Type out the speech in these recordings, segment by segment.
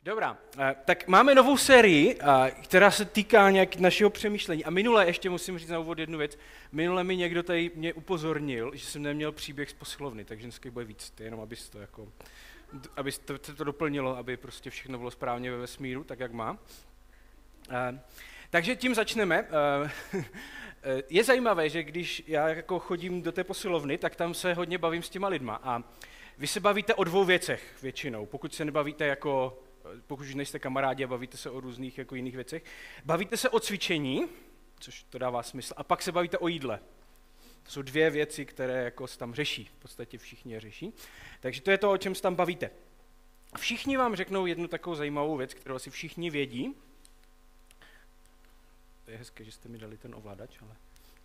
Dobrá, tak máme novou sérii, která se týká nějak našeho přemýšlení. A minule, ještě musím říct na úvod jednu věc, minule mi někdo tady mě upozornil, že jsem neměl příběh z posilovny, takže dneska bude víc, to je jenom aby to doplnilo, aby prostě všechno bylo správně ve vesmíru, tak jak má. Takže tím začneme. Je zajímavé, že když já jako chodím do té posilovny, tak tam se hodně bavím s těma lidma a vy se bavíte o dvou věcech většinou, pokud se nebavíte pokud už nejste kamarádi a bavíte se o různých jako jiných věcech. Bavíte se o cvičení, což to dává smysl, a pak se bavíte o jídle. To jsou dvě věci, které jako se tam řeší, v podstatě všichni je řeší. Takže to je to, o čem se tam bavíte. Všichni vám řeknou jednu takovou zajímavou věc, kterou asi všichni vědí. To je hezké, že jste mi dali ten ovladač, ale...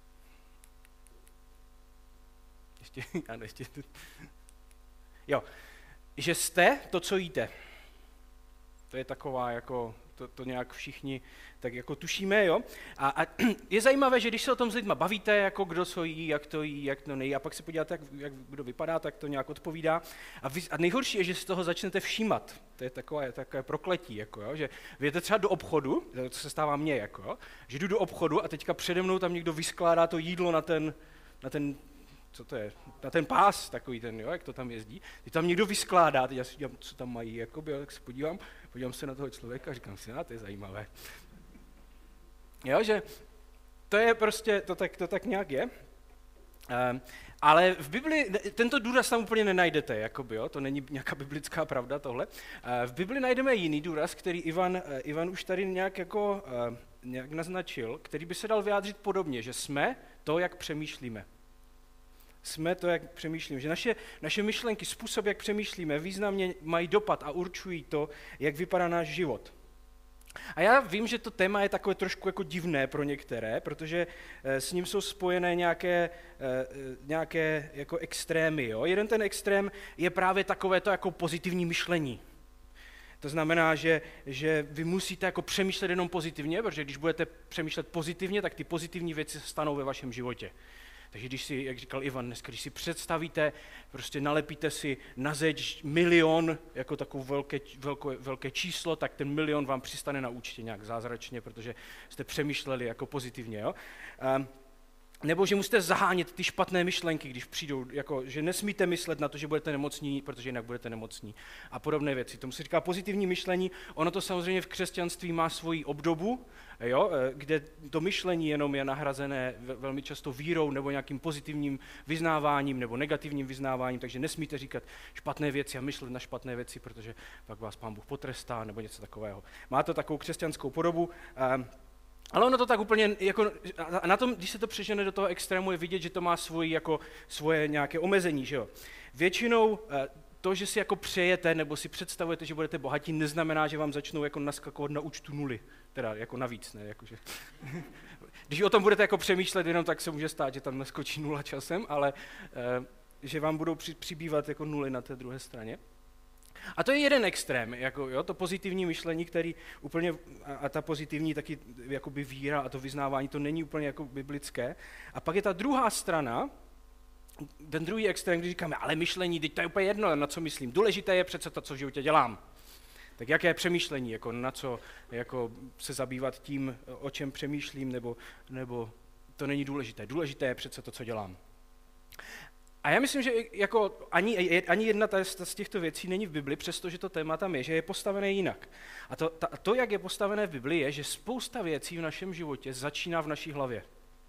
Ještě... Jo, že jste to, co jíte. To je taková jako, to nějak všichni tak jako tušíme, jo. A je zajímavé, že když se o tom s lidma bavíte, jako kdo co jí, jak to nejí, a pak se podíváte, jak kdo vypadá, tak to nějak odpovídá. A nejhorší je, že si toho začnete všímat. To je takové prokletí, jako, jo, že vy jdete třeba do obchodu, to se stává mně, jako, jo, že jdu do obchodu a teďka přede mnou tam někdo vyskládá to jídlo na ten co to je, na ten pás takový ten, jo, jak to tam jezdí. Teď tam někdo vyskládá, teď já si dělám, co tam mají, jakoby, tak se podívám se na toho člověka a říkám si, to je zajímavé. Jo, že to je prostě, to tak nějak je. Ale v Bibli, tento důraz tam úplně nenajdete, jakoby, jo, to není nějaká biblická pravda tohle. V Bibli najdeme jiný důraz, který Ivan už tady nějak naznačil, který by se dal vyjádřit podobně, že jsme to, jak přemýšlíme. Jsme to, jak přemýšlíme, že naše myšlenky, způsob, jak přemýšlíme, významně mají dopad a určují to, jak vypadá náš život. A já vím, že to téma je takové trošku jako divné pro některé, protože s ním jsou spojené nějaké jako extrémy. Jo? Jeden ten extrém je právě takovéto jako pozitivní myšlení. To znamená, že vy musíte jako přemýšlet jenom pozitivně, protože když budete přemýšlet pozitivně, tak ty pozitivní věci se stanou ve vašem životě. Takže když si, jak říkal Ivan dneska, když si představíte, prostě nalepíte si na zeď 1 000 000 jako takové velké číslo, tak ten 1 000 000 vám přistane na účtě nějak zázračně, protože jste přemýšleli jako pozitivně. Jo? Nebo že musíte zahánět ty špatné myšlenky, když přijdou, jako, že nesmíte myslet na to, že budete nemocní, protože jinak budete nemocní a podobné věci. Tomu se říká pozitivní myšlení. Ono to samozřejmě v křesťanství má svoji obdobu, jo, kde to myšlení jenom je nahrazené velmi často vírou nebo nějakým pozitivním vyznáváním nebo negativním vyznáváním, takže nesmíte říkat špatné věci a myslet na špatné věci, protože pak vás Pán Bůh potrestá nebo něco takového. Má to takovou křesťanskou podobu. Ale ono to tak úplně, jako, na tom, když se to přežene do toho extrému, je vidět, že to má svoje nějaké omezení, že jo. Většinou to, že si jako přejete nebo si představujete, že budete bohatí, neznamená, že vám začnou jako naskakovat na účtu nuly, teda jako navíc, ne, jakože. Když o tom budete jako přemýšlet jenom, tak se může stát, že tam naskočí 0 časem, ale že vám budou přibývat jako nuly na té druhé straně. A to je jeden extrém, jako, jo, to pozitivní myšlení, který úplně, a ta pozitivní taky jakoby víra a to vyznávání, to není úplně jako biblické. A pak je ta druhá strana, ten druhý extrém, když říkáme, ale myšlení, teď to je úplně jedno, na co myslím. Důležité je přece to, co v životě dělám. Tak jaké je přemýšlení, jako na co jako se zabývat tím, o čem přemýšlím, nebo to není důležité. Důležité je přece to, co dělám. A já myslím, že jako ani jedna z těchto věcí není v Bibli, přestože to téma tam je, že je postavené jinak. A to, jak je postavené v Bibli, je, že spousta věcí v našem životě začíná v naší hlavě.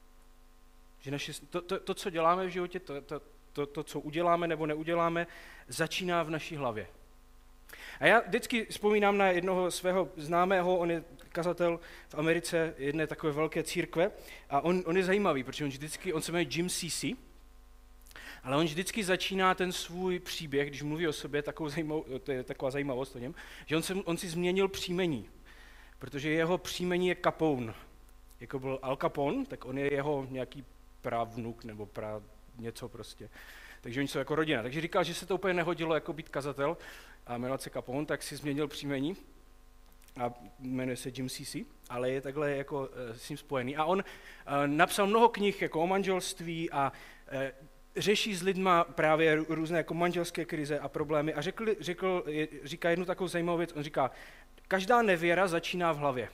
Že to, co děláme v životě, to, co uděláme nebo neuděláme, začíná v naší hlavě. A já vždycky vzpomínám na jednoho svého známého, on je kazatel v Americe, jedné takové velké církve, a on je zajímavý, protože on se jmenuje Jim Ceci, ale on vždycky začíná ten svůj příběh, když mluví o sobě, to je taková zajímavost o něm, že on si změnil příjmení, protože jeho příjmení je Capone. Jako byl Al Capone, tak on je jeho nějaký pravnuk nebo něco prostě. Takže oni jsou jako rodina. Takže říkal, že se to úplně nehodilo jako být kazatel a jmenovat se Capone, tak si změnil příjmení a jmenuje se Jim Ceci, ale je takhle jako s ním spojený. A on napsal mnoho knih jako o manželství a řeší s lidma právě různé jako manželské krize a problémy a říká jednu takovou zajímavou věc. On říká, každá nevěra začíná v hlavě.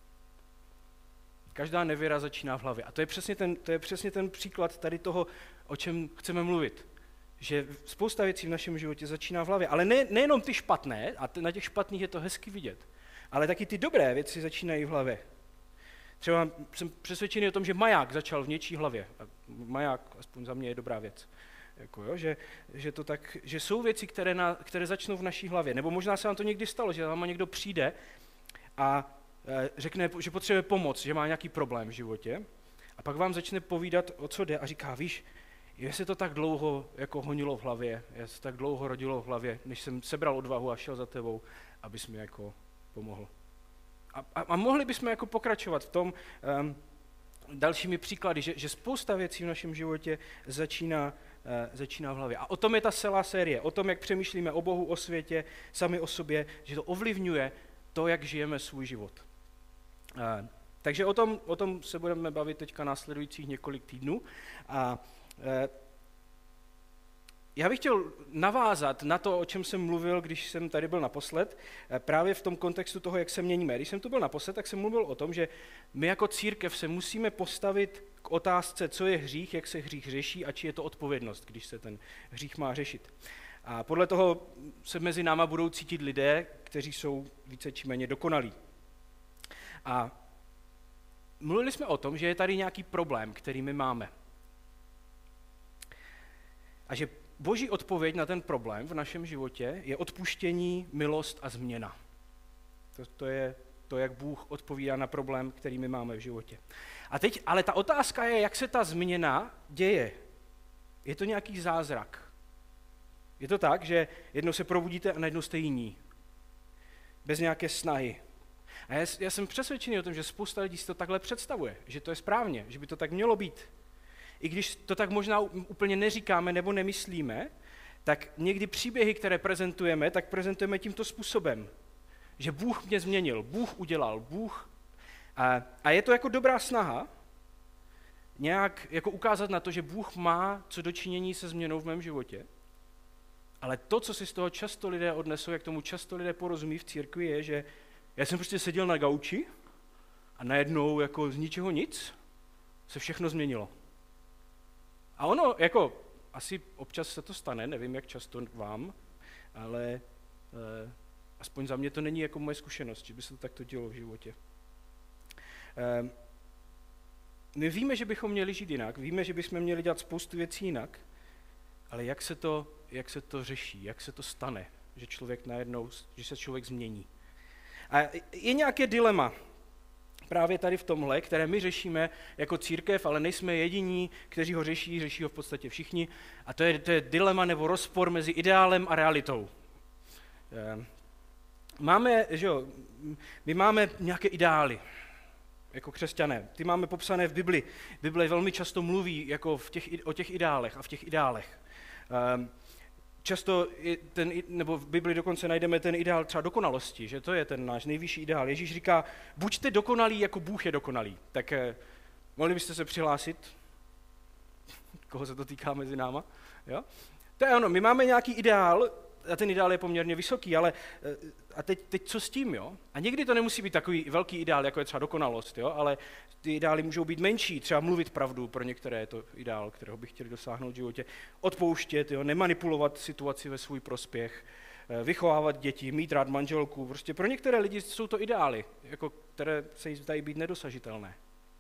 Každá nevěra začíná v hlavě. A to je přesně ten příklad tady toho, o čem chceme mluvit. Že spousta věcí v našem životě začíná v hlavě. Ale nejenom ty špatné, a na těch špatných je to hezky vidět, ale taky ty dobré věci začínají v hlavě. Třeba jsem přesvědčený o tom, že maják začal v něčí hlavě. A maják, aspoň za mě, je dobrá věc. Jako jo, že jsou věci, které začnou v naší hlavě. Nebo možná se vám to někdy stalo, že vám někdo přijde a řekne, že potřebuje pomoc, že má nějaký problém v životě. A pak vám začne povídat, o co jde a říká, víš, je se to tak dlouho jako honilo v hlavě, je se tak dlouho rodilo v hlavě, než jsem sebral odvahu a šel za tebou, abys mi jako pomohl. A mohli bychom jako pokračovat v tom dalšími příklady, že spousta věcí v našem životě začíná v hlavě. A o tom je ta celá série, o tom, jak přemýšlíme o Bohu, o světě, sami o sobě, že to ovlivňuje to, jak žijeme svůj život. Takže o tom se budeme bavit teďka následujících několik týdnů. A já bych chtěl navázat na to, o čem jsem mluvil, když jsem tady byl naposled, právě v tom kontextu toho, jak se měníme. Když jsem tu byl naposled, tak jsem mluvil o tom, že my jako církev se musíme postavit k otázce, co je hřích, jak se hřích řeší a či je to odpovědnost, když se ten hřích má řešit. A podle toho se mezi náma budou cítit lidé, kteří jsou více či méně dokonalí. A mluvili jsme o tom, že je tady nějaký problém, který my máme. A že Boží odpověď na ten problém v našem životě je odpuštění, milost a změna. To je to, jak Bůh odpovídá na problém, který my máme v životě. A teď, ale ta otázka je, jak se ta změna děje. Je to nějaký zázrak? Je to tak, že jednou se probudíte a najednou jste jiní. Bez nějaké snahy. A já jsem přesvědčený o tom, že spousta lidí si to takhle představuje, že to je správně, že by to tak mělo být. I když to tak možná úplně neříkáme nebo nemyslíme, tak někdy příběhy, které prezentujeme, tak prezentujeme tímto způsobem. Že Bůh mě změnil, Bůh udělal, Bůh. A je to jako dobrá snaha nějak jako ukázat na to, že Bůh má co dočinění se změnou v mém životě. Ale to, co si z toho často lidé odnesou, jak tomu často lidé porozumí v církvi, je, že já jsem prostě seděl na gauči a najednou jako z ničeho nic se všechno změnilo. A ono, jako, asi občas se to stane, nevím, jak často vám, ale aspoň za mě to není jako moje zkušenost, že by se to takto dělo v životě. My víme, že bychom měli žít jinak, víme, že bychom měli dělat spoustu věcí jinak, ale jak se to řeší, jak se to stane, že se člověk změní. A je nějaké dilema právě tady v tomhle, které my řešíme jako církev, ale nejsme jediní, kteří ho řeší ho v podstatě všichni, a to je dilema nebo rozpor mezi ideálem a realitou. My máme nějaké ideály, jako křesťané. Ty máme popsané v Bibli. Bible velmi často mluví jako o těch ideálech a v těch ideálech. Často nebo v Bibli dokonce najdeme ten ideál třeba dokonalosti, že to je ten náš nejvyšší ideál. Ježíš říká, buďte dokonalí, jako Bůh je dokonalý. Tak mohli byste se přihlásit? Koho se to týká mezi náma? Jo? To je ono, my máme nějaký ideál, a ten ideál je poměrně vysoký, ale a teď co s tím, jo? A někdy to nemusí být takový velký ideál, jako je třeba dokonalost, jo? Ale ty ideály můžou být menší, třeba mluvit pravdu, pro některé je to ideál, kterého by chtěli dosáhnout v životě, odpouštět, jo? Nemanipulovat situaci ve svůj prospěch, vychovávat děti, mít rád manželku, prostě pro některé lidi jsou to ideály, jako které se jim zdají být nedosažitelné.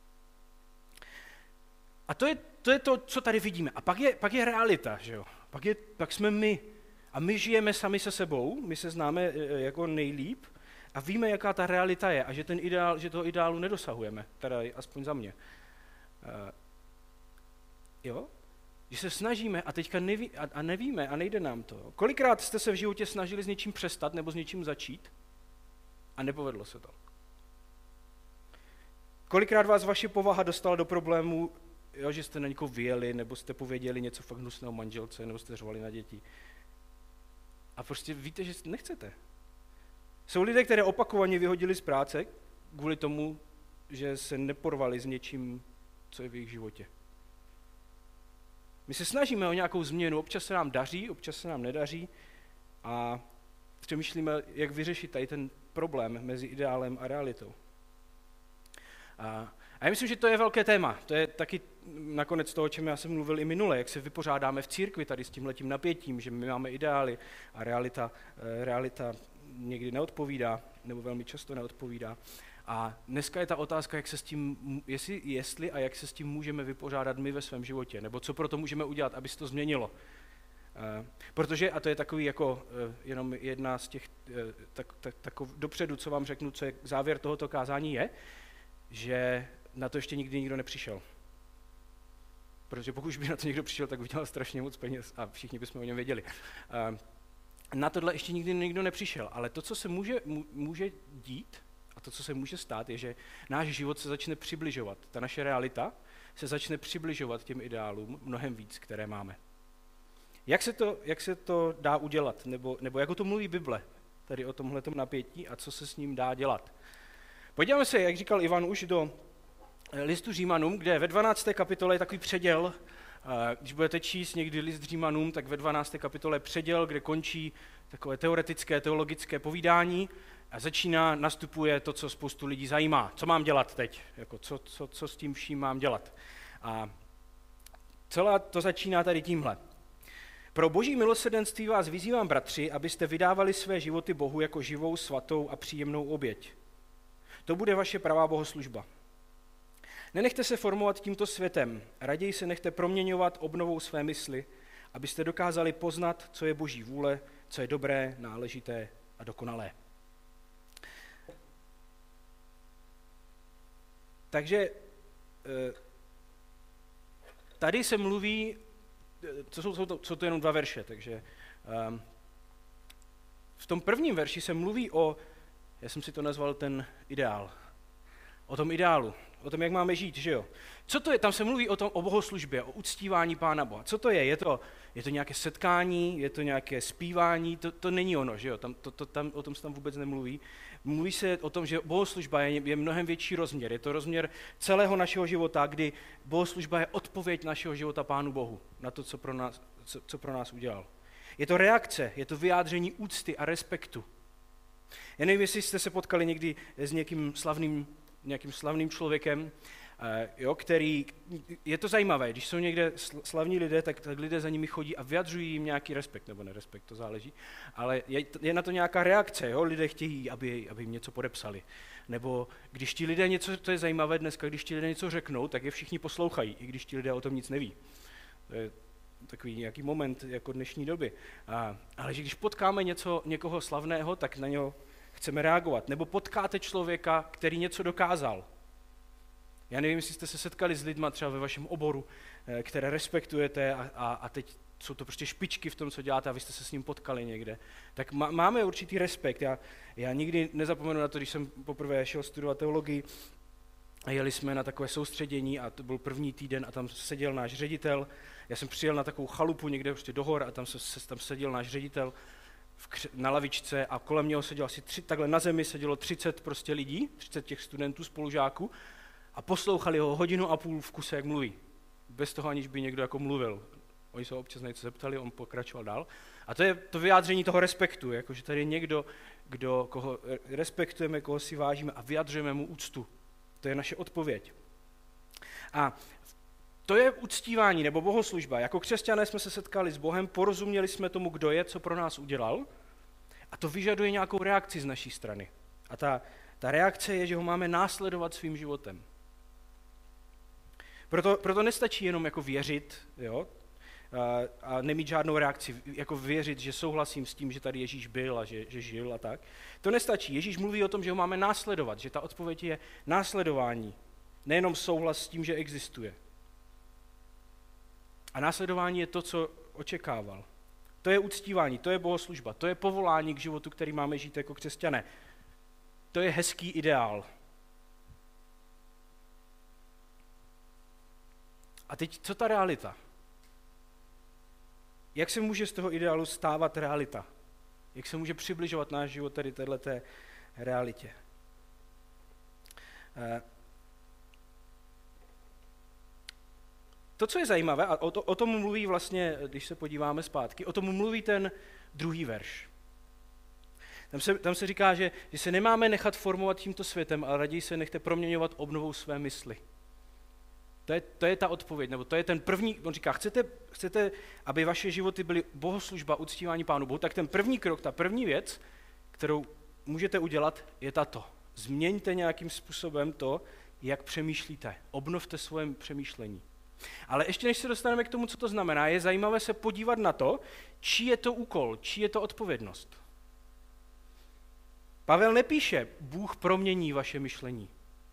A to je to, co tady vidíme. A pak je realita, že jo? Pak jsme my. A my žijeme sami se sebou, my se známe jako nejlíp a víme, jaká ta realita je a že toho ideálu nedosahujeme, teda aspoň za mě. Jo? Že se snažíme a teďka nevíme a nejde nám to. Kolikrát jste se v životě snažili s něčím přestat nebo s něčím začít a nepovedlo se to? Kolikrát vás vaše povaha dostala do problému, jo, že jste na někoho vyjeli nebo jste pověděli něco fakt hnusného manželce nebo jste řvali na děti? A prostě víte, že nechcete. Jsou lidé, které opakovaně vyhodili z práce kvůli tomu, že se neporvali s něčím, co je v jejich životě. My se snažíme o nějakou změnu, občas se nám daří, občas se nám nedaří a přemýšlíme, jak vyřešit tady ten problém mezi ideálem a realitou. A já myslím, že to je velké téma. To je taky nakonec toho, o čem já jsem mluvil i minule, jak se vypořádáme v církvi tady s tímhletím napětím, že my máme ideály a realita někdy neodpovídá, nebo velmi často neodpovídá. A dneska je ta otázka, jak se s tím, jestli a jak se s tím můžeme vypořádat my ve svém životě, nebo co pro to můžeme udělat, aby se to změnilo. Protože, a to je takový jako jenom jedna z těch, dopředu, co vám řeknu, co je závěr tohoto kázání je, že na to ještě nikdy nikdo nepřišel. Protože pokud by na to někdo přišel, tak udělal strašně moc peněz a všichni bychom o něm věděli. Na tohle ještě nikdy nikdo nepřišel, ale to, co se může dít a to, co se může stát, je, že náš život se začne přibližovat. Ta naše realita se začne přibližovat těm ideálům mnohem víc, které máme. Jak se to dá udělat, nebo jak o tom mluví Bible, tady o tomhletom napětí a co se s ním dá dělat? Podíváme se, jak říkal Ivan, už do listu Římanům, kde ve 12. kapitole je takový předěl. Když budete číst někdy list Římanům, tak ve 12. kapitole je předěl, kde končí takové teoretické, teologické povídání a nastupuje to, co spoustu lidí zajímá. Co mám dělat teď? Jako co s tím vším mám dělat? A celé to začíná tady tímhle. Pro boží milosrdenství vás vyzývám, bratři, abyste vydávali své životy Bohu jako živou, svatou a příjemnou oběť. To bude vaše pravá bohoslužba. Nenechte se formovat tímto světem, raději se nechte proměňovat obnovou své mysli, abyste dokázali poznat, co je boží vůle, co je dobré, náležité a dokonalé. Takže tady se mluví, jsou to jenom 2 verše, takže v tom prvním verši se mluví já jsem si to nazval ten ideál, o tom ideálu, o tom, jak máme žít, že jo. Co to je? Tam se mluví o bohoslužbě, o uctívání Pána Boha. Co to je? Je to nějaké setkání, je to nějaké zpívání, to není ono, že jo, o tom se tam vůbec nemluví. Mluví se o tom, že bohoslužba je mnohem větší rozměr, je to rozměr celého našeho života, kdy bohoslužba je odpověď našeho života Pánu Bohu na to, co pro nás udělal. Je to reakce, je to vyjádření úcty a respektu. Já nevím, jestli jste se potkali někdy s nějakým slavným člověkem, který, je to zajímavé, když jsou někde slavní lidé, tak lidé za nimi chodí a vyjadřují jim nějaký respekt, nebo nerespekt, to záleží, ale je na to nějaká reakce, jo? Lidé chtějí, aby jim něco podepsali. Nebo když ti lidé něco, to je zajímavé dneska, když ti lidé něco řeknou, tak je všichni poslouchají, i když ti lidé o tom nic neví. To je takový nějaký moment jako dnešní doby. Ale že když potkáme někoho slavného, tak na něho chceme reagovat. Nebo potkáte člověka, který něco dokázal. Já nevím, jestli jste se setkali s lidma třeba ve vašem oboru, které respektujete a teď jsou to prostě špičky v tom, co děláte a vy jste se s ním potkali někde. Tak máme určitý respekt. Já nikdy nezapomenu na to, když jsem poprvé šel studovat teologii a jeli jsme na takové soustředění a to byl první týden a tam seděl náš ředitel. Já jsem přijel na takovou chalupu někde prostě do hor a tam seděl náš ředitel na lavičce a kolem něho sedělo asi takhle na zemi sedělo 30 prostě lidí, 30 těch studentů, spolužáků a poslouchali ho 1,5 hodiny v kuse, jak mluví. Bez toho, aniž by někdo jako mluvil. Oni se občas něco zeptali, on pokračoval dál. A to je to vyjádření toho respektu, jakože tady je někdo, koho respektujeme, koho si vážíme a vyjadřujeme mu úctu. To je naše odpověď. A to je uctívání nebo bohoslužba. Jako křesťané jsme se setkali s Bohem, porozuměli jsme tomu, kdo je, co pro nás udělal a to vyžaduje nějakou reakci z naší strany. A ta reakce je, že ho máme následovat svým životem. Proto nestačí jenom jako věřit, jo, a nemít žádnou reakci, jako věřit, že souhlasím s tím, že tady Ježíš byl a že žil a tak. To nestačí. Ježíš mluví o tom, že ho máme následovat, že ta odpověď je následování, nejenom souhlas s tím, že existuje. A následování je to, co očekával. To je uctívání, to je bohoslužba, to je povolání k životu, který máme žít jako křesťané. To je hezký ideál. A teď, co ta realita? Jak se může z toho ideálu stávat realita? Jak se může přibližovat náš život tady této realitě? to, co je zajímavé, a o tom mluví vlastně, když se podíváme zpátky, o tom mluví ten druhý verš. Tam se říká, že se nemáme nechat formovat tímto světem, ale raději se nechte proměňovat obnovou své mysli. To je ta odpověď, nebo to je ten první, on říká, chcete, aby vaše životy byly bohoslužba, uctívání Pánu Bohu, tak ten první krok, ta první věc, kterou můžete udělat, je tato. Změňte nějakým způsobem to, jak přemýšlíte. Obnovte svoje přemýšlení. Ale ještě než se dostaneme k tomu, co to znamená, je zajímavé se podívat na to, čí je to úkol, čí je to odpovědnost. Pavel nepíše, Bůh promění vaše myšlení.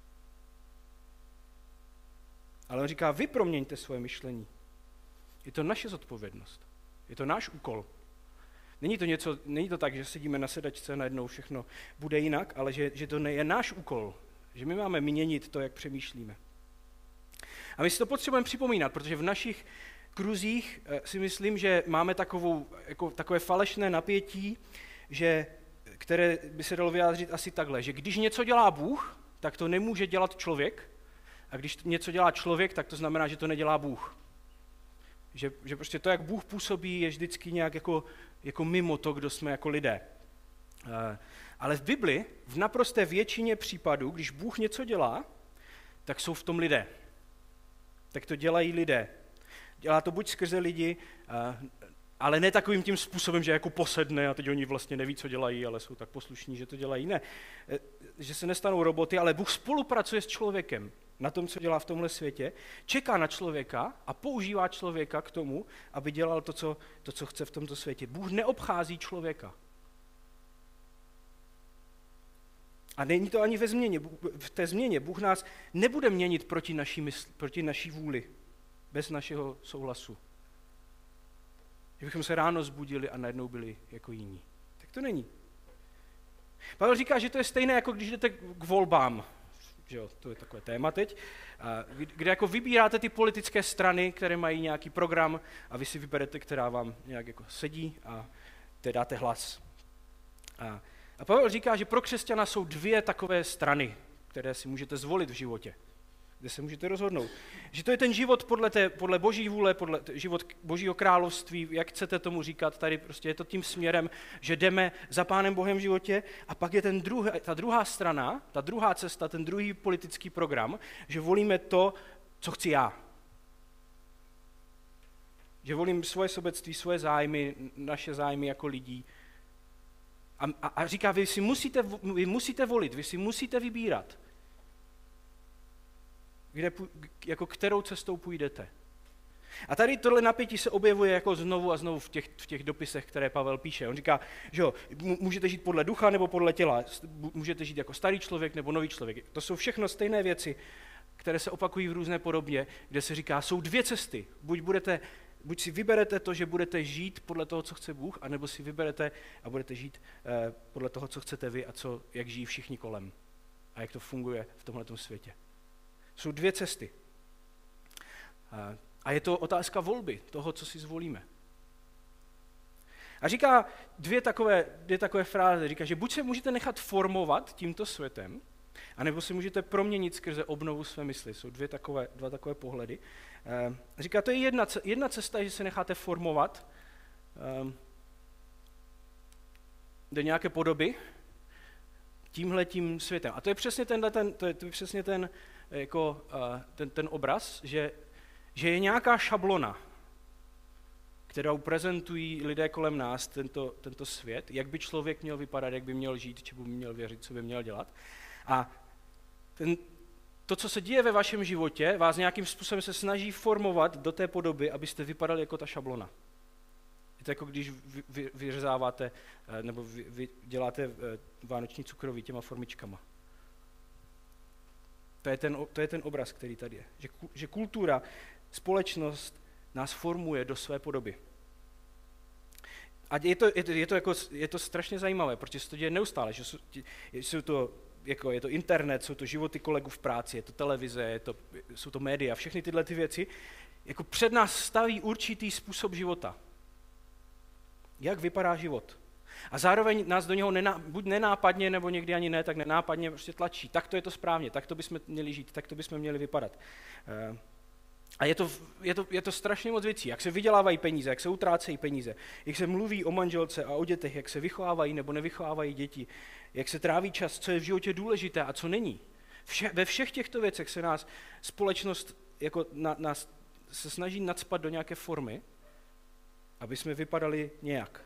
Ale on říká, vy proměňte svoje myšlení. Je to naše zodpovědnost. Je to náš úkol. Není to tak, že sedíme na sedačce a najednou všechno bude jinak, ale že to je náš úkol. Že my máme měnit to, jak přemýšlíme. A my si to potřebujeme připomínat, protože v našich kruzích si myslím, že máme takové falešné napětí, které by se dalo vyjádřit asi takhle, že když něco dělá Bůh, tak to nemůže dělat člověk, a když něco dělá člověk, tak to znamená, že to nedělá Bůh. Že prostě to, jak Bůh působí, je vždycky nějak jako mimo to, kdo jsme jako lidé. Ale v Bibli, v naprosté většině případů, když Bůh něco dělá, tak jsou v tom lidé. Tak to dělají lidé. Dělá to buď skrze lidi, ale ne takovým tím způsobem, že jako posedne a teď oni vlastně neví, co dělají, ale jsou tak poslušní, že to dělají. Ne, že se nestanou roboty, ale Bůh spolupracuje s člověkem na tom, co dělá v tomhle světě, čeká na člověka a používá člověka k tomu, aby dělal to, co chce v tomto světě. Bůh neobchází člověka. A není to ani ve změně. V té změně Bůh nás nebude měnit proti naší vůli, bez našeho souhlasu. Že bychom se ráno zbudili a najednou byli jako jiní. Tak to není. Pavel říká, že to je stejné, jako když jdete k volbám. Že jo, to je takové téma teď, kde jako vybíráte ty politické strany, které mají nějaký program a vy si vyberete, která vám nějak jako sedí a te dáte hlas. A Pavel říká, že pro křesťana jsou dvě takové strany, které si můžete zvolit v životě, kde se můžete rozhodnout. Že to je ten život podle Boží vůle, podle život Božího království, jak chcete tomu říkat, tady prostě je to tím směrem, že jdeme za Pánem Bohem v životě a pak je ta druhá strana, ta druhá cesta, ten druhý politický program, že volíme to, co chci já. Že volím svoje sobectví, svoje zájmy, naše zájmy jako lidí. A říká, vy musíte volit, vy si musíte vybírat. Jako kterou cestou půjdete. A tady tohle napětí se objevuje jako znovu a znovu v těch dopisech, které Pavel píše. On říká, že jo, můžete žít podle ducha nebo podle těla, můžete žít jako starý člověk nebo nový člověk. To jsou všechno stejné věci, které se opakují v různé podobě, kde se říká, jsou dvě cesty. Buď si vyberete to, že budete žít podle toho, co chce Bůh, anebo si vyberete a budete žít podle toho, co chcete vy a jak žijí všichni kolem. A jak to funguje v tomhletom světě. Jsou dvě cesty. A je to otázka volby, toho, co si zvolíme. A říká dvě takové fráze. Říká, že buď se můžete nechat formovat tímto světem, anebo se můžete proměnit skrze obnovu své mysli. Jsou dva takové pohledy. Říká, to je jedna cesta, že se necháte formovat do nějaké podoby tímhletím světem. A to je přesně ten obraz, že je nějaká šablona, kterou prezentují lidé kolem nás, tento svět, jak by člověk měl vypadat, jak by měl žít, čemu by měl věřit, co by měl dělat. A to, co se děje ve vašem životě, vás nějakým způsobem se snaží formovat do té podoby, abyste vypadali jako ta šablona. Je to jako když vyřezáváte, nebo vy děláte vánoční cukroví těma formičkama. To je ten obraz, který tady je. Že kultura, společnost nás formuje do své podoby. A je to strašně zajímavé, protože se to děje neustále. Že je to internet, jsou to životy kolegů v práci, je to televize, jsou to média, všechny tyhle ty věci. Jako před nás staví určitý způsob života. Jak vypadá život. A zároveň nás do něho buď nenápadně, nebo někdy ani ne, tak nenápadně prostě tlačí. Tak to je to správně, tak to bychom měli žít, tak to bychom měli vypadat. A je to strašně moc věcí, jak se vydělávají peníze, jak se utrácejí peníze, jak se mluví o manželce a o dětech, jak se vychovávají nebo nevychovávají děti, jak se tráví čas, co je v životě důležité a co není. Ve všech těchto věcech se nás společnost jako nás se snaží nacpat do nějaké formy, aby jsme vypadali nějak.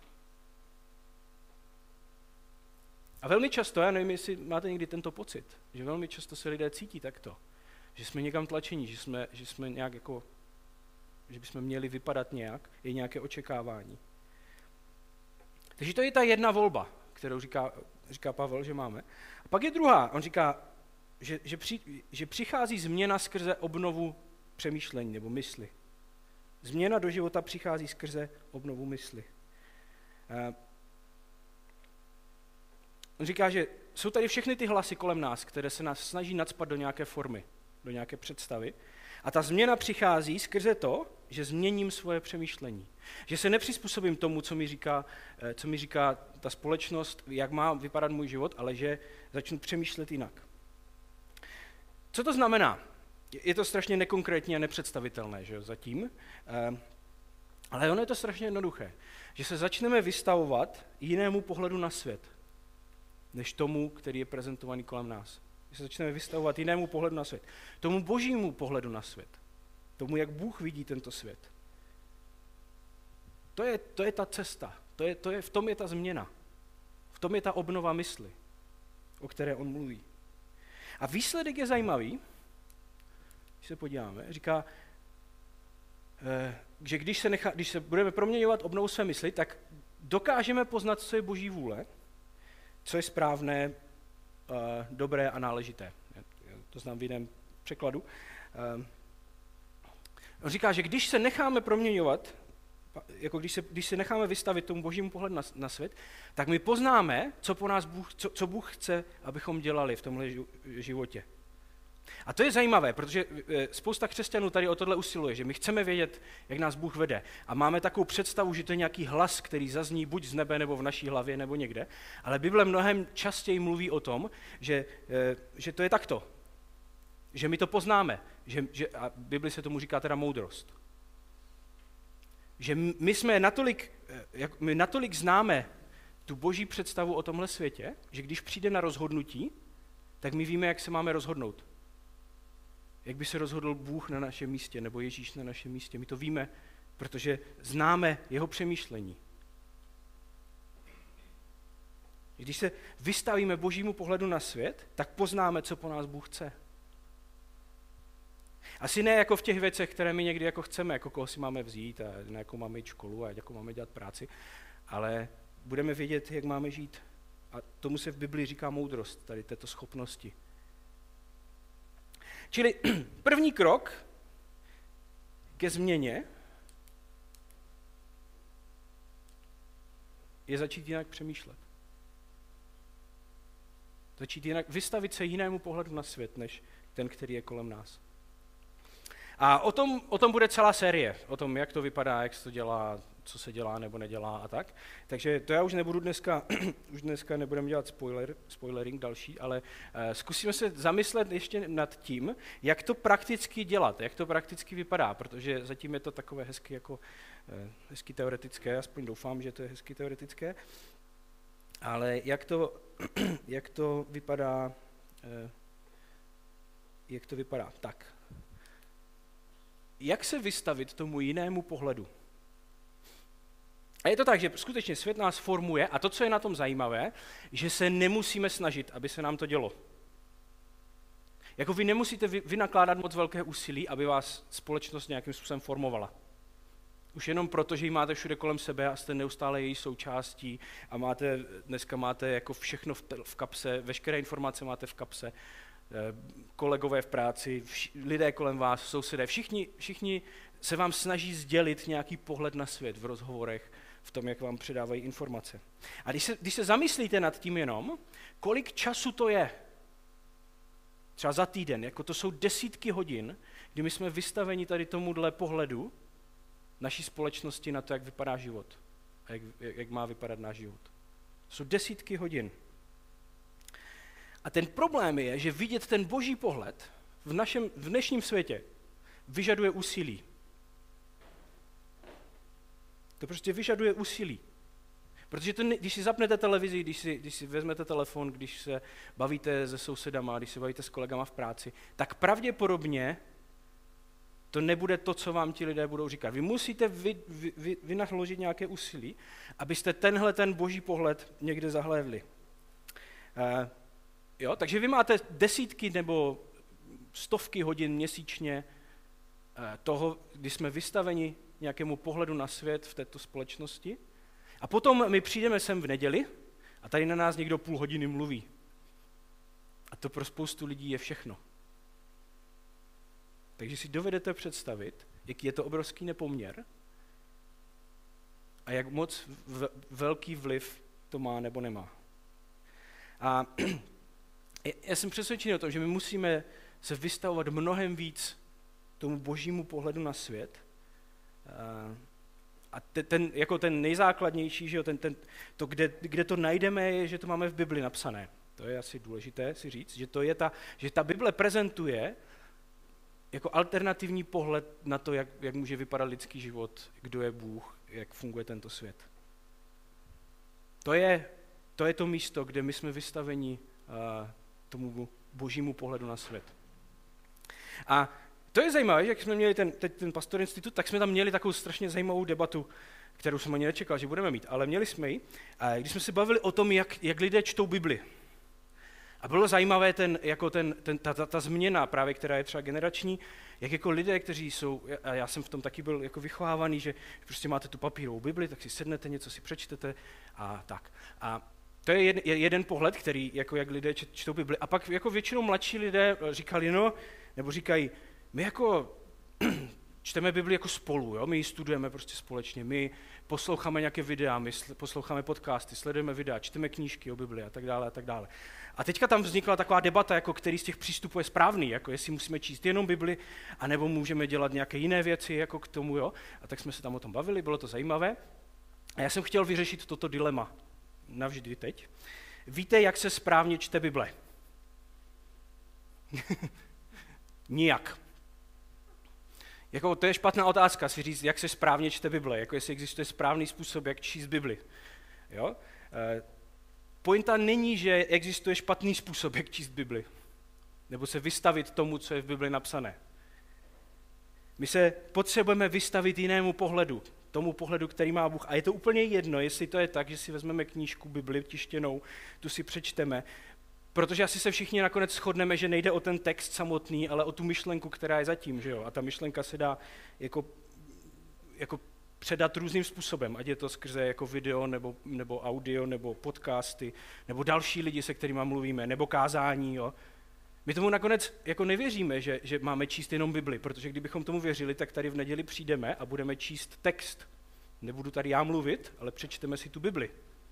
A velmi často, já nevím, jestli máte někdy tento pocit, že velmi často se lidé cítí takto, že jsme někam tlačení, že jsme nějak jako, že bychom měli vypadat nějak, je nějaké očekávání. Takže to je ta jedna volba, kterou říká Pavel, že máme. A pak je druhá, on říká, že přichází změna skrze obnovu přemýšlení nebo mysli. Změna do života přichází skrze obnovu mysli. On říká, že jsou tady všechny ty hlasy kolem nás, které se nás snaží nacpat do nějaké formy, do nějaké představy. A ta změna přichází skrze to, že změním svoje přemýšlení. Že se nepřizpůsobím tomu, co mi říká ta společnost, jak má vypadat můj život, ale že začnu přemýšlet jinak. Co to znamená? Je to strašně nekonkrétní a nepředstavitelné, že jo, zatím, ale ono je to strašně jednoduché. Že se začneme vystavovat jinému pohledu na svět, než tomu, který je prezentovaný kolem nás. Že se začneme vystavovat jinému pohledu na svět. Tomu božímu pohledu na svět. Tomu, jak Bůh vidí tento svět. To je ta cesta. V tom je ta změna. V tom je ta obnova mysli, o které on mluví. A výsledek je zajímavý, když se podíváme, říká, že když se budeme proměňovat obnovou své mysli, tak dokážeme poznat, co je boží vůle, co je správné, dobré a náležité. To znám v jiném překladu. On říká, že když se necháme proměňovat, jako když se necháme vystavit tomu božímu pohledu na svět, tak my poznáme, co po nás co Bůh chce, abychom dělali v tomhle životě. A to je zajímavé, protože spousta křesťanů tady o tohle usiluje, že my chceme vědět, jak nás Bůh vede. A máme takovou představu, že to je nějaký hlas, který zazní buď z nebe, nebo v naší hlavě, nebo někde. Ale Bible mnohem častěji mluví o tom, že to je takto. Že my to poznáme. A Bibli se tomu říká teda moudrost. Že my natolik známe tu boží představu o tomhle světě, že když přijde na rozhodnutí, tak my víme, jak se máme rozhodnout. Jak by se rozhodl Bůh na našem místě, nebo Ježíš na našem místě. My to víme, protože známe jeho přemýšlení. Když se vystavíme božímu pohledu na svět, tak poznáme, co po nás Bůh chce. Asi ne jako v těch věcech, které my někdy jako chceme, jako koho si máme vzít a na jakou máme jít školu a jakou máme dělat práci, ale budeme vědět, jak máme žít. A tomu se v Biblii říká moudrost, tady této schopnosti. Čili první krok ke změně je začít jinak přemýšlet. Začít jinak, vystavit se jinému pohledu na svět, než ten, který je kolem nás. A o tom bude celá série, o tom, jak to vypadá, jak se to dělá, co se dělá nebo nedělá a tak. Takže to já už nebudu už dneska nebudeme dělat spoilering další, ale zkusíme se zamyslet ještě nad tím, jak to prakticky dělat, jak to prakticky vypadá, protože zatím je to takové hezky teoretické, aspoň doufám, že to je hezky teoretické, ale jak to vypadá, tak. Jak se vystavit tomu jinému pohledu? A je to tak, že skutečně svět nás formuje a to, co je na tom zajímavé, že se nemusíme snažit, aby se nám to dělo. Jako vy nemusíte vynakládat moc velké úsilí, aby vás společnost nějakým způsobem formovala. Už jenom proto, že ji máte všude kolem sebe a jste neustále její součástí a dneska máte jako všechno v kapse, veškeré informace máte v kapse, kolegové v práci, lidé kolem vás, sousedé, všichni se vám snaží sdělit nějaký pohled na svět v rozhovorech, v tom, jak vám předávají informace. A když se zamyslíte nad tím jenom, kolik času to je, třeba za týden, jako to jsou desítky hodin, kdy my jsme vystaveni tady tomuhle pohledu naší společnosti na to, jak vypadá život a jak má vypadat náš život. To jsou desítky hodin. A ten problém je, že vidět ten boží pohled v dnešním světě, vyžaduje úsilí. To prostě vyžaduje úsilí. Protože když si zapnete televizi, když si vezmete telefon, když se bavíte se sousedama, když se bavíte s kolegama v práci, tak pravděpodobně to nebude to, co vám ti lidé budou říkat. Vy musíte vynaložit nějaké úsilí, abyste ten boží pohled někde zahlédli. Takže vy máte desítky nebo stovky hodin měsíčně toho, kdy jsme vystaveni nějakému pohledu na svět v této společnosti. A potom my přijdeme sem v neděli a tady na nás někdo půl hodiny mluví. A to pro spoustu lidí je všechno. Takže si dovedete představit, jaký je to obrovský nepoměr a jak moc velký vliv to má nebo nemá. A já jsem přesvědčený o tom, že my musíme se vystavovat mnohem víc tomu božímu pohledu na svět. A ten nejzákladnější, že jo, kde to najdeme, je, že to máme v Bibli napsané. To je asi důležité si říct, že ta Bible prezentuje jako alternativní pohled na to, jak může vypadat lidský život, kdo je Bůh, jak funguje tento svět. To je to místo, kde my jsme vystaveni tomu božímu pohledu na svět. A to je zajímavé, že jak jsme měli ten Pastor Institut, tak jsme tam měli takovou strašně zajímavou debatu, kterou jsem ani nečekal, že budeme mít, ale měli jsme ji, když jsme se bavili o tom, jak lidé čtou Bibli. A bylo zajímavé ta změna právě, která je třeba generační, jak jako lidé, kteří jsou, a já jsem v tom taky byl jako vychovávaný, že prostě máte tu papírovou Bibli, tak si sednete, něco si přečtete a tak. A to je jeden pohled, který jako jak lidé čtou Bibli. A pak jako většinou mladší lidé říkají, my jako čteme Bibli jako spolu, jo? My ji studujeme prostě společně, my posloucháme nějaké videa, my posloucháme podcasty, sledujeme videa, čteme knížky o Bibli a tak dále a tak dále. A teďka tam vznikla taková debata, jako který z těch přístupů je správný, jako jestli musíme číst jenom Bibli, anebo můžeme dělat nějaké jiné věci jako k tomu, jo? A tak jsme se tam o tom bavili, bylo to zajímavé. A já jsem chtěl vyřešit toto dilema navždy teď. Víte, jak se správně čte Bible? Nijak. Jako, to je špatná otázka si říct, jak se správně čte Bible, jako jestli existuje správný způsob, jak číst Bibli. Jo? Pointa není, že existuje špatný způsob, jak číst Bibli, nebo se vystavit tomu, co je v Bibli napsané. My se potřebujeme vystavit jinému pohledu, tomu pohledu, který má Bůh. A je to úplně jedno, jestli to je tak, že si vezmeme knížku Bibli tištěnou, tu si přečteme, protože asi se všichni nakonec shodneme, že nejde o ten text samotný, ale o tu myšlenku, která je zatím, že jo? A ta myšlenka se dá jako předat různým způsobem, ať je to skrze jako video, nebo audio, nebo podcasty, nebo další lidi, se kterými mluvíme, nebo kázání, jo? My tomu nakonec jako nevěříme, že máme číst jenom Bibli, protože kdybychom tomu věřili, tak tady v neděli přijdeme a budeme číst text. Nebudu tady já mluvit, ale přečteme si tu Bibli.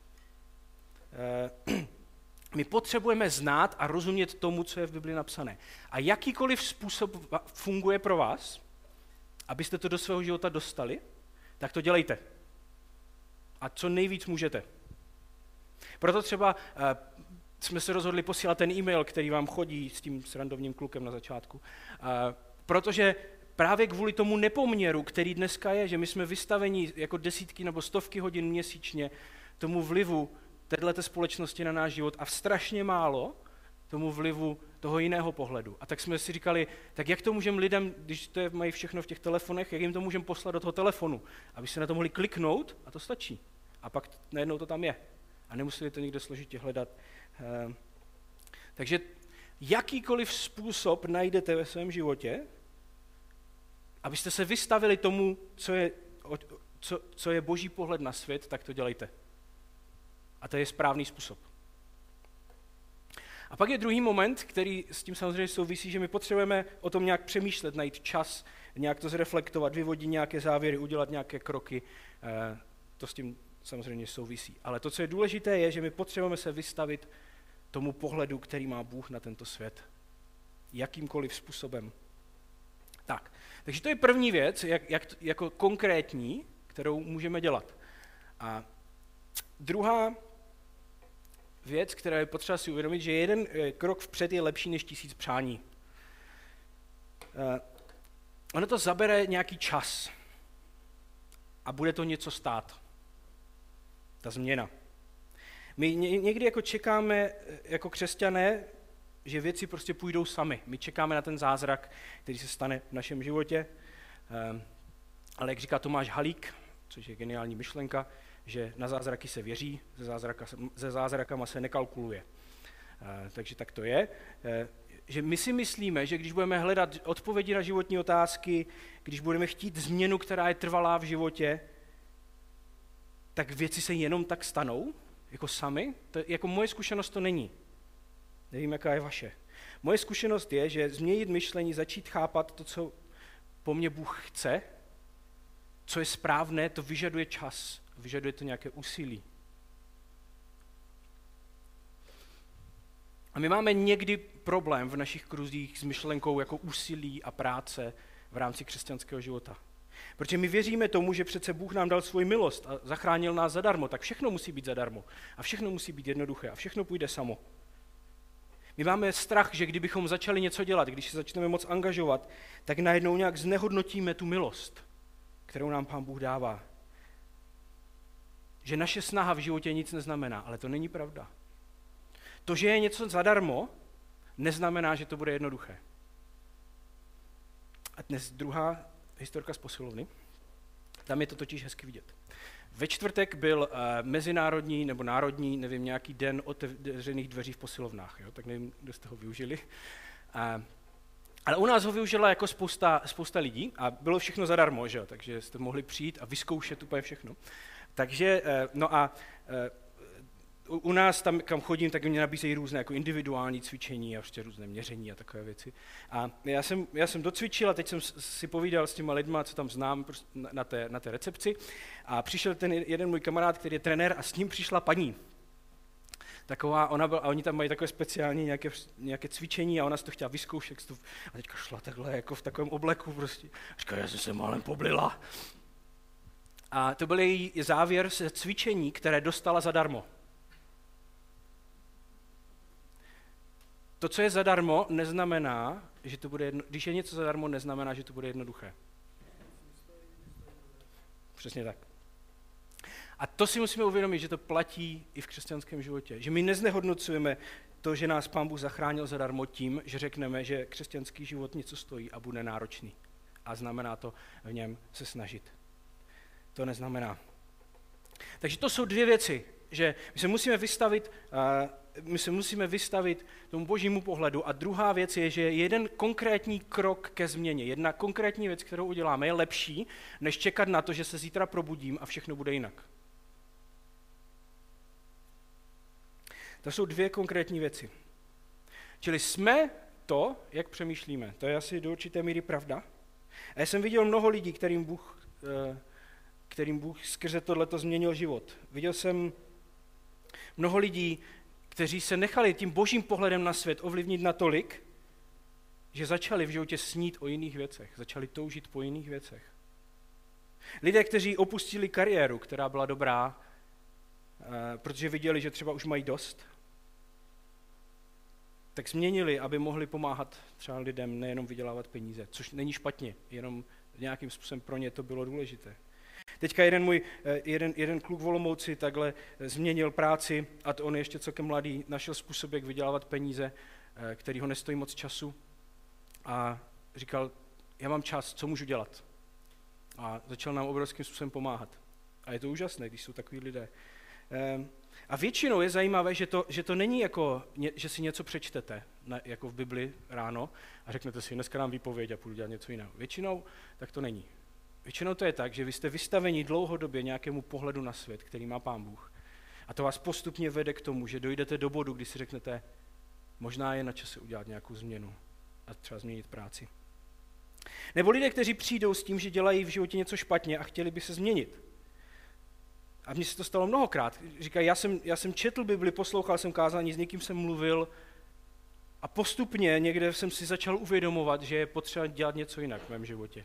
My potřebujeme znát a rozumět tomu, co je v Bibli napsané. A jakýkoliv způsob funguje pro vás, abyste to do svého života dostali, tak to dělejte. A co nejvíc můžete. Proto třeba jsme se rozhodli posílat ten e-mail, který vám chodí s tím srandovním klukem na začátku. Protože právě kvůli tomu nepoměru, který dneska je, že my jsme vystaveni jako desítky nebo stovky hodin měsíčně tomu vlivu této společnosti na náš život a strašně málo tomu vlivu toho jiného pohledu. A tak jsme si říkali, tak jak to můžeme lidem, když to mají všechno v těch telefonech, jak jim to můžeme poslat do toho telefonu, aby se na to mohli kliknout a to stačí. A pak najednou to tam je. A nemuseli to někde složitě hledat. Takže jakýkoliv způsob najdete ve svém životě, abyste se vystavili tomu, co je boží pohled na svět, tak to dělejte. A to je správný způsob. A pak je druhý moment, který s tím samozřejmě souvisí, že my potřebujeme o tom nějak přemýšlet, najít čas, nějak to zreflektovat, vyvodit nějaké závěry, udělat nějaké kroky. To s tím samozřejmě souvisí. Ale to, co je důležité, je, že my potřebujeme se vystavit tomu pohledu, který má Bůh na tento svět. Jakýmkoliv způsobem. Takže to je první věc, jako konkrétní, kterou můžeme dělat. A druhá věc, která je potřeba si uvědomit, že jeden krok vpřed je lepší než 1000 přání. ono to zabere nějaký čas a bude to něco stát. Ta změna. My někdy jako čekáme jako křesťané, že věci prostě půjdou sami. My čekáme na ten zázrak, který se stane v našem životě. Ale jak říká Tomáš Halík, což je geniální myšlenka, že na zázraky se věří, se zázrakama se nekalkuluje. Takže tak to je. Že my si myslíme, že když budeme hledat odpovědi na životní otázky, když budeme chtít změnu, která je trvalá v životě, tak věci se jenom tak stanou, jako sami. Jako moje zkušenost to není. Nevím, jaká je vaše. Moje zkušenost je, že změnit myšlení, začít chápat to, co po mně Bůh chce, co je správné, to vyžaduje čas, vyžaduje to nějaké úsilí. A my máme někdy problém v našich kruzích s myšlenkou jako úsilí a práce v rámci křesťanského života. Protože my věříme tomu, že přece Bůh nám dal svoji milost a zachránil nás zadarmo, tak všechno musí být zadarmo a všechno musí být jednoduché a všechno půjde samo. My máme strach, že kdybychom začali něco dělat, když se začneme moc angažovat, tak najednou nějak znehodnotíme tu milost, kterou nám Pán Bůh dává. Že naše snaha v životě nic neznamená, ale to není pravda. To, že je něco zadarmo, neznamená, že to bude jednoduché. A dnes druhá historka z posilovny. Tam je to totiž hezky vidět. Ve čtvrtek byl mezinárodní nebo národní, nevím, nějaký den otevřených dveří v posilovnách, jo? Tak nevím, kdo jste ho využili. Ale u nás ho využila jako spousta lidí a bylo všechno zadarmo, že jo? Takže jste mohli přijít a vyzkoušet úplně všechno. Takže, u nás tam, kam chodím, tak mě nabízejí různé jako individuální cvičení a prostě různé měření a takové věci. A já jsem docvičil a teď jsem si povídal s těma lidma, co tam znám na té recepci. A přišel ten jeden můj kamarád, který je trenér, a s ním přišla paní. Taková, a oni tam mají takové speciální nějaké cvičení a ona si to chtěla vyzkoušet. A teďka šla takhle jako v takovém obleku prostě. A říká, já jsem se málem poblila. A to byl její závěr se cvičení, které dostala zadarmo. To, co je zadarmo, neznamená, že to bude když je něco zadarmo, neznamená, že to bude jednoduché. Přesně tak. A to si musíme uvědomit, že to platí i v křesťanském životě. Že my neznehodnocujeme to, že nás Pán Bůh zachránil zadarmo tím, že řekneme, že křesťanský život něco stojí a bude náročný. A znamená to v něm se snažit. To neznamená. Takže to jsou dvě věci, že my se musíme vystavit tomu božímu pohledu. A druhá věc je, že jeden konkrétní krok ke změně, jedna konkrétní věc, kterou uděláme, je lepší, než čekat na to, že se zítra probudím a všechno bude jinak. To jsou dvě konkrétní věci. Čili jsme to, jak přemýšlíme. To je asi do určité míry pravda. A já jsem viděl mnoho lidí, kterým Bůh skrze tohleto změnil život. Viděl jsem mnoho lidí, kteří se nechali tím božím pohledem na svět ovlivnit natolik, že začali v životě snít o jiných věcech, začali toužit po jiných věcech. Lidé, kteří opustili kariéru, která byla dobrá, protože viděli, že třeba už mají dost, tak změnili, aby mohli pomáhat třeba lidem, nejenom vydělávat peníze, což není špatně, jenom nějakým způsobem pro ně to bylo důležité. Teďka jeden kluk v Olomouci takhle změnil práci, a to on je ještě celkem mladý, našel způsob, jak vydělávat peníze, který ho nestojí moc času, a říkal, já mám čas, co můžu dělat? A začal nám obrovským způsobem pomáhat. A je to úžasné, když jsou takový lidé. A většinou je zajímavé, že to není jako, že si něco přečtete, jako v Bibli ráno, a řeknete si, dneska nám výpověď a půjdu dělat něco jiného. Většinou tak to není. Většinou to je tak, že vy jste vystaveni dlouhodobě nějakému pohledu na svět, který má Pán Bůh. A to vás postupně vede k tomu, že dojdete do bodu, kdy si řeknete, možná je na čase udělat nějakou změnu a třeba změnit práci. Nebo lidé, kteří přijdou s tím, že dělají v životě něco špatně a chtěli by se změnit. A mně se to stalo mnohokrát. Říkají, já jsem četl Bibli, poslouchal jsem kázání, s někým jsem mluvil a postupně někde jsem si začal uvědomovat, že je potřeba dělat něco jinak v mém životě.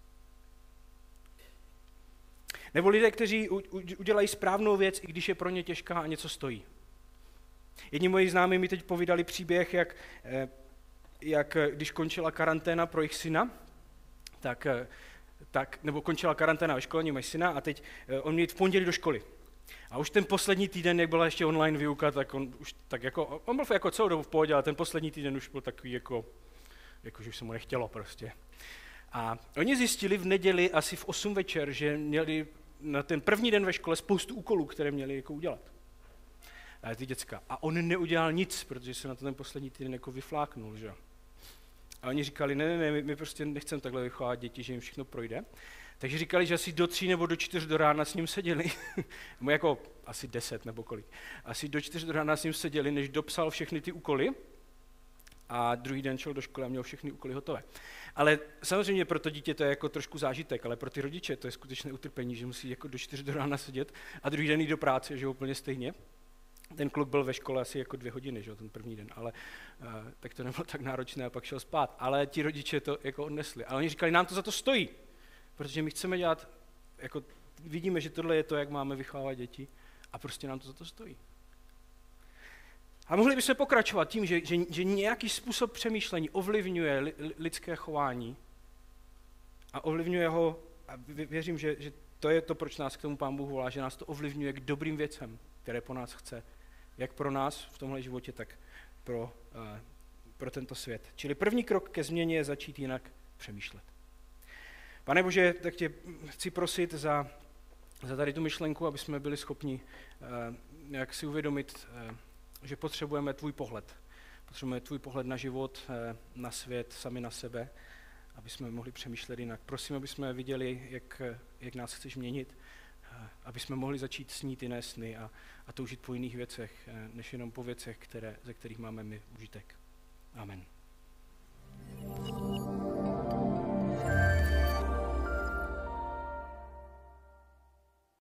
Nebo lidé, kteří udělají správnou věc, i když je pro ně těžká a něco stojí. Jedni moji známí mi teď povídali příběh, jak když končila karanténa pro jejich syna, nebo končila karanténa ve škole, mají syna a teď on měl jít v pondělí do školy. A už ten poslední týden, jak byla ještě online výuka, tak on byl jako celou dobu v pohodě, ale ten poslední týden už byl takový jako že už se mu nechtělo prostě. A oni zjistili v neděli asi v 8 večer, že měli na ten první den ve škole spoustu úkolů, které měli jako udělat. A ty děcka. A on neudělal nic, protože se na to ten poslední týden jako vyfláknul, že? A oni říkali, ne, my prostě nechceme takhle vychovávat děti, že jim všechno projde. Takže říkali, že asi do 3 nebo do 4 do rána s ním seděli, jako asi 10 nebo kolik, asi do 4 do rána s ním seděli, než dopsal všechny ty úkoly a druhý den šel do školy a měl všechny úkoly hotové. Ale samozřejmě pro to dítě to je jako trošku zážitek, ale pro ty rodiče to je skutečné utrpení, že musí jako do 4 do rána sedět a druhý den jít do práce, že úplně stejně. Ten kluk byl ve škole asi jako 2 hodiny, že ten první den, ale tak to nebylo tak náročné a pak šel spát. Ale ti rodiče to jako odnesli. A oni říkali, nám to za to stojí, protože my chceme dělat, jako vidíme, že tohle je to, jak máme vychovávat děti a prostě nám to za to stojí. A mohli bychom pokračovat tím, že nějaký způsob přemýšlení ovlivňuje lidské chování a ovlivňuje ho, a věřím, že to je to, proč nás k tomu Pán Bůh volá, že nás to ovlivňuje k dobrým věcem, které po nás chce. Jak pro nás v tomhle životě, tak pro tento svět. Čili první krok ke změně je začít jinak přemýšlet. Pane Bože, tak tě chci prosit za tady tu myšlenku, aby jsme byli schopni jak si uvědomit, že potřebujeme tvůj pohled. Potřebujeme tvůj pohled na život, na svět, sami na sebe, aby jsme mohli přemýšlet jinak. Prosím, aby jsme viděli, jak nás chceš měnit, aby jsme mohli začít snít jiné sny a toužit po jiných věcech, než jenom po věcech, ze kterých máme my užitek. Amen.